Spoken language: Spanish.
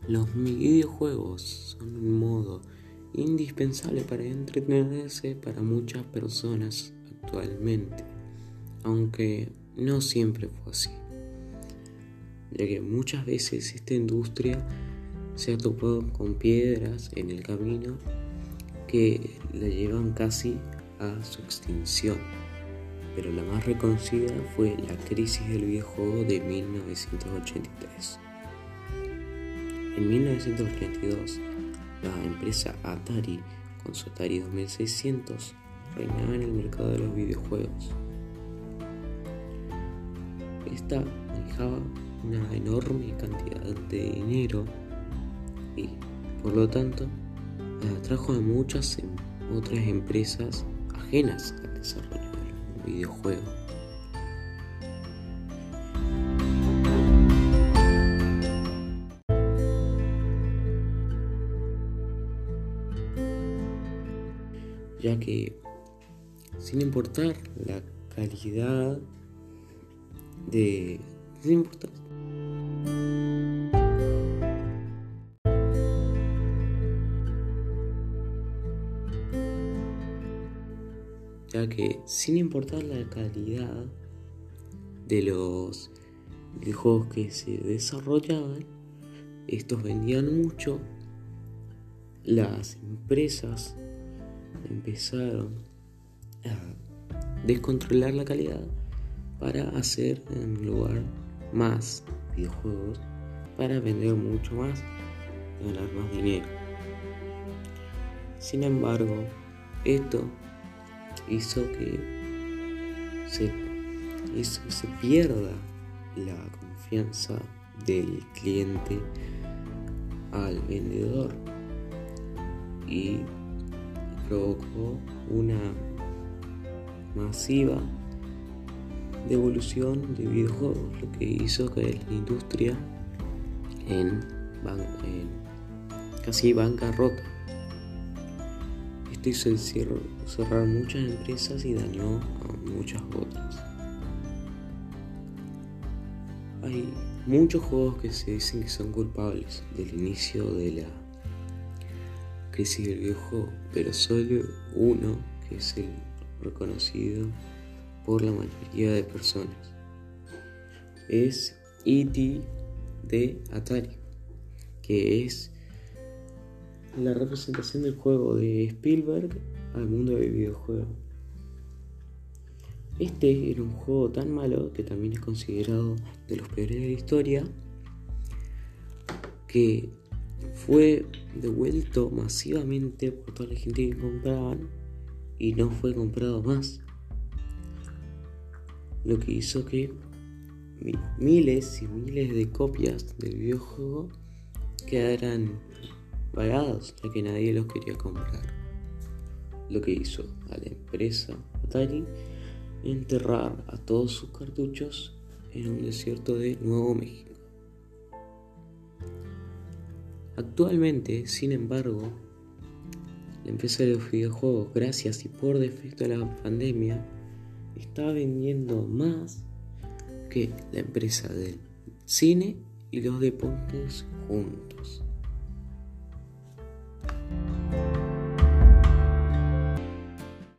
Los videojuegos son un modo indispensable para entretenerse para muchas personas actualmente, aunque no siempre fue así, ya que muchas veces esta industria se ha topado con piedras en el camino que la llevan casi a su extinción, pero la más reconocida fue la crisis del videojuego de 1983. En 1982, la empresa Atari, con su Atari 2600, reinaba en el mercado de los videojuegos. Esta manejaba una enorme cantidad de dinero y, por lo tanto, atrajo a muchas otras empresas ajenas al desarrollo de los videojuegos. Ya que, sin importar la calidad sin importar ya que sin importar la calidad de los videojuegos que se desarrollaban, estos vendían mucho. Las empresas empezaron a descontrolar la calidad para hacer en lugar más videojuegos para vender mucho más y ganar más dinero. Sin embargo, esto hizo que se pierda la confianza del cliente al vendedor y provocó una masiva devolución de videojuegos, lo que hizo que la industria en casi bancarrota. Esto hizo cerrar muchas empresas y dañó a muchas otras. Hay muchos juegos que se dicen que son culpables del inicio de la crisis del videojuego, pero solo uno, que es el reconocido por la mayoría de personas, es E.T. de Atari, que es la representación del juego de Spielberg al mundo del videojuego. Este era un juego tan malo que también es considerado de los peores de la historia, que fue devuelto masivamente por toda la gente que compraban y no fue comprado más, lo que hizo que miles y miles de copias del videojuego quedaran varados, ya que nadie los quería comprar, lo que hizo a la empresa Atari enterrar a todos sus cartuchos en un desierto de Nuevo México. Actualmente, sin embargo, la empresa de los videojuegos, gracias y por defecto a la pandemia, está vendiendo más que la empresa del cine y los deportes juntos.